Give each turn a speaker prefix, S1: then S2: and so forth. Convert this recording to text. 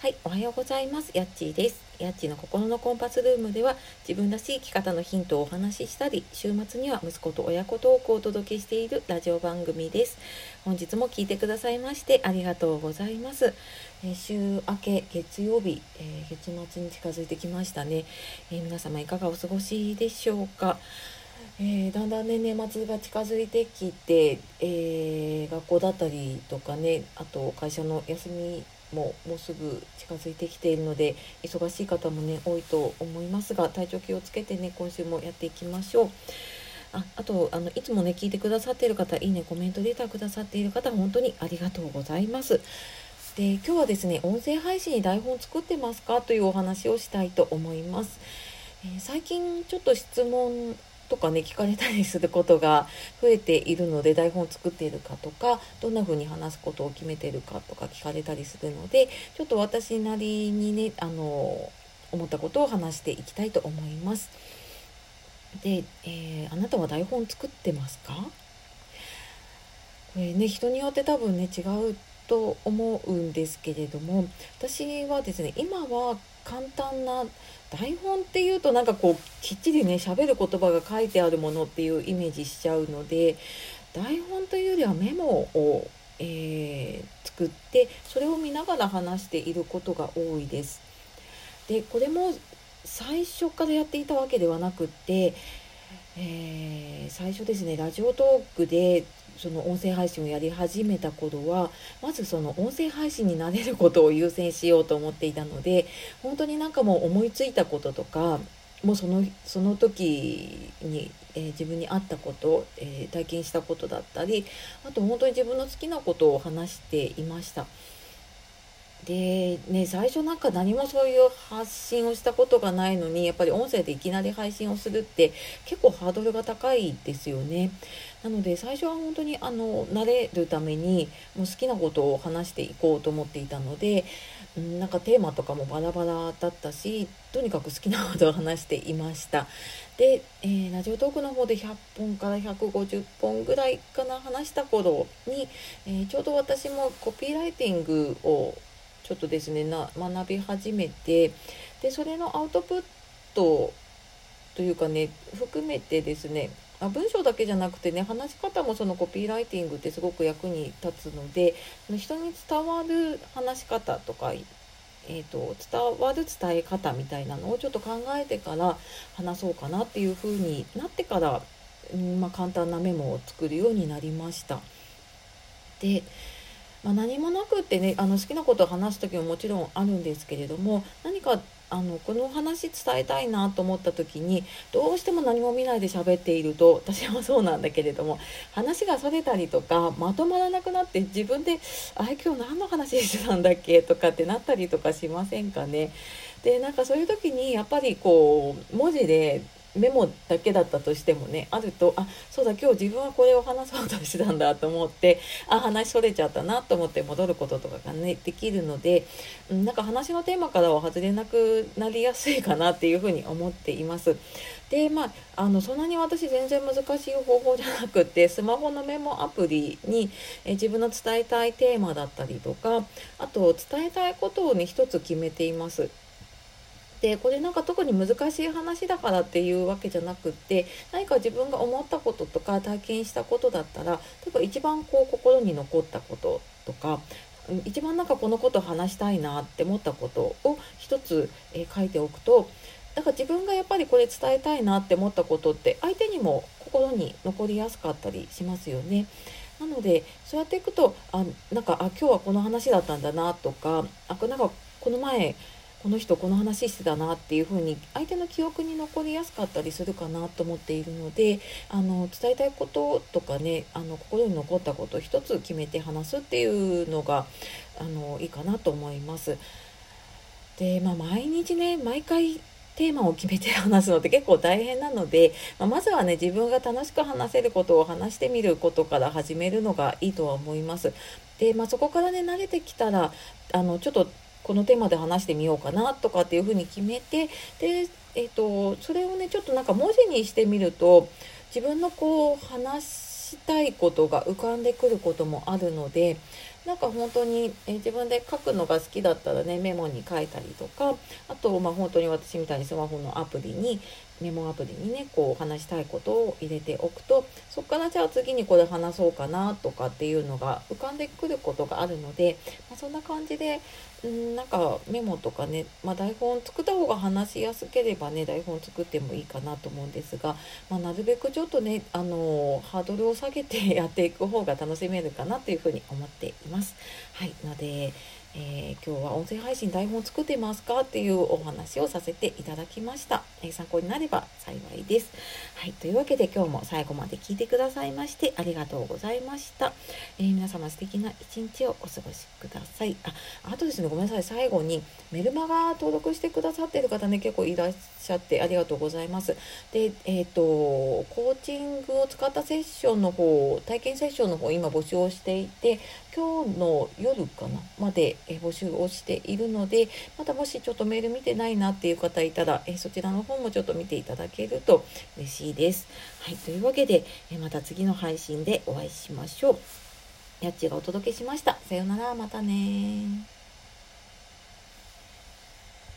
S1: はい、おはようございます。やっちーです。やっちーの心のコンパスルームでは、自分らしい生き方のヒントをお話ししたり、週末には息子と親子トークをお届けしているラジオ番組です。本日も聞いてくださいましてありがとうございます。週明け月曜日、月末に近づいてきましたね。皆様いかがお過ごしでしょうか。だんだんね年末が近づいてきて、学校だったりとかね、あと会社の休みもうすぐ近づいてきているので、忙しい方もね多いと思いますが、体調気をつけてね今週もやっていきましょう。あといつもね聞いてくださっている方、いいねコメントレターくださっている方、本当にありがとうございます。で、今日はですね、音声配信に台本作ってますかというお話をしたいと思います。最近ちょっと質問とかね聞かれたりすることが増えているので、台本を作っているかとか、どんな風に話すことを決めているかとか聞かれたりするので、ちょっと私なりにね思ったことを話していきたいと思います。で、あなたは台本作ってますか？これね、人によって多分ね違うと思うんですけれども、私はですね、今は簡単な台本っていうとなんかこうきっちりね喋る言葉が書いてあるものっていうイメージしちゃうので、台本というよりはメモを、作って、それを見ながら話していることが多いです。でこれも最初からやっていたわけではなくって、最初ですね、ラジオトークでその音声配信をやり始めた頃は、まずその音声配信に慣れることを優先しようと思っていたので、本当になんかもう思いついたこととか、もうその時に、自分に合ったこと、体験したことだったり、あと本当に自分の好きなことを話していました。でね、最初なんか何もそういう発信をしたことがないのに、やっぱり音声でいきなり配信をするって結構ハードルが高いですよね。なので最初は本当に慣れるためにもう好きなことを話していこうと思っていたので、なんかテーマとかもバラバラだったし、とにかく好きなことを話していました。で、ラジオトークの方で100本から150本ぐらいかな話した頃に、ちょうど私もコピーライティングをちょっとですね学び始めて、でそれのアウトプットというかね含めてですね、文章だけじゃなくてね、話し方もそのコピーライティングってすごく役に立つので、人に伝わる話し方とか、伝わる伝え方みたいなのをちょっと考えてから話そうかなっていう風になってから、簡単なメモを作るようになりました。で何もなくってね、好きなことを話す時ももちろんあるんですけれども、何かこの話伝えたいなと思った時に、どうしても何も見ないで喋っていると、私もそうなんだけれども、話がそれたりとかまとまらなくなって、自分で今日何の話してたんだっけとかってなったりとかしませんかね。でなんかそういう時にやっぱりこう文字でメモだけだったとしてもね、あると、そうだ、今日自分はこれを話そうとしてたんだと思って、話それちゃったなと思って戻ることとかがねできるので、なんか話のテーマからは外れなくなりやすいかなっていうふうに思っています。でそんなに私全然難しい方法じゃなくて、スマホのメモアプリに、自分の伝えたいテーマだったりとか、あと伝えたいことをね一つ決めています。でこれなんか特に難しい話だからっていうわけじゃなくって、何か自分が思ったこととか体験したことだったら、例えば一番こう心に残ったこととか、一番なんかこのこと話したいなって思ったことを一つ、書いておくと、だから自分がやっぱりこれ伝えたいなって思ったことって相手にも心に残りやすかったりしますよね。なのでそうやっていくと、今日はこの話だったんだなとか、なんかこの前この人この話してたなっていう風に相手の記憶に残りやすかったりするかなと思っているので、伝えたいこととかね、心に残ったことを一つ決めて話すっていうのがいいかなと思います。で、毎日ね毎回テーマを決めて話すのって結構大変なので、まずはね自分が楽しく話せることを話してみることから始めるのがいいとは思います。で、そこからね慣れてきたら、ちょっとこのテーマで話してみようかなとかっていうふうに決めて、で、それをねちょっとなんか文字にしてみると、自分のこう話したいことが浮かんでくることもあるので、 なんか本当に、自分で書くのが好きだったらね、メモに書いたりとか、あと、本当に私みたいにスマホのアプリに、メモアプリにね、こう話したいことを入れておくと、そこからじゃあ次にこれ話そうかなとかっていうのが浮かんでくることがあるので、そんな感じで、なんかメモとかね、台本作った方が話しやすければね、台本作ってもいいかなと思うんですが、なるべくちょっとね、ハードルを下げてやっていく方が楽しめるかなというふうに思っています。はい、ので、今日は音声配信台本作ってますかっていうお話をさせていただきました。参考になれば幸いです。はい、というわけで今日も最後まで聞いてくださいましてありがとうございました。皆様素敵な一日をお過ごしください。あとですね、ごめんなさい。最後にメルマガ登録してくださっている方ね、結構いらっしゃってありがとうございます。で、コーチングを使ったセッションの方、体験セッションの方、今募集をしていて、今日の夜かなまで募集をしているので、またもしちょっとメール見てないなっていう方いたら、そちらの方もちょっと見ていただけると嬉しいです。はい、というわけで、また次の配信でお会いしましょう。やっちがお届けしました。さようなら、またね。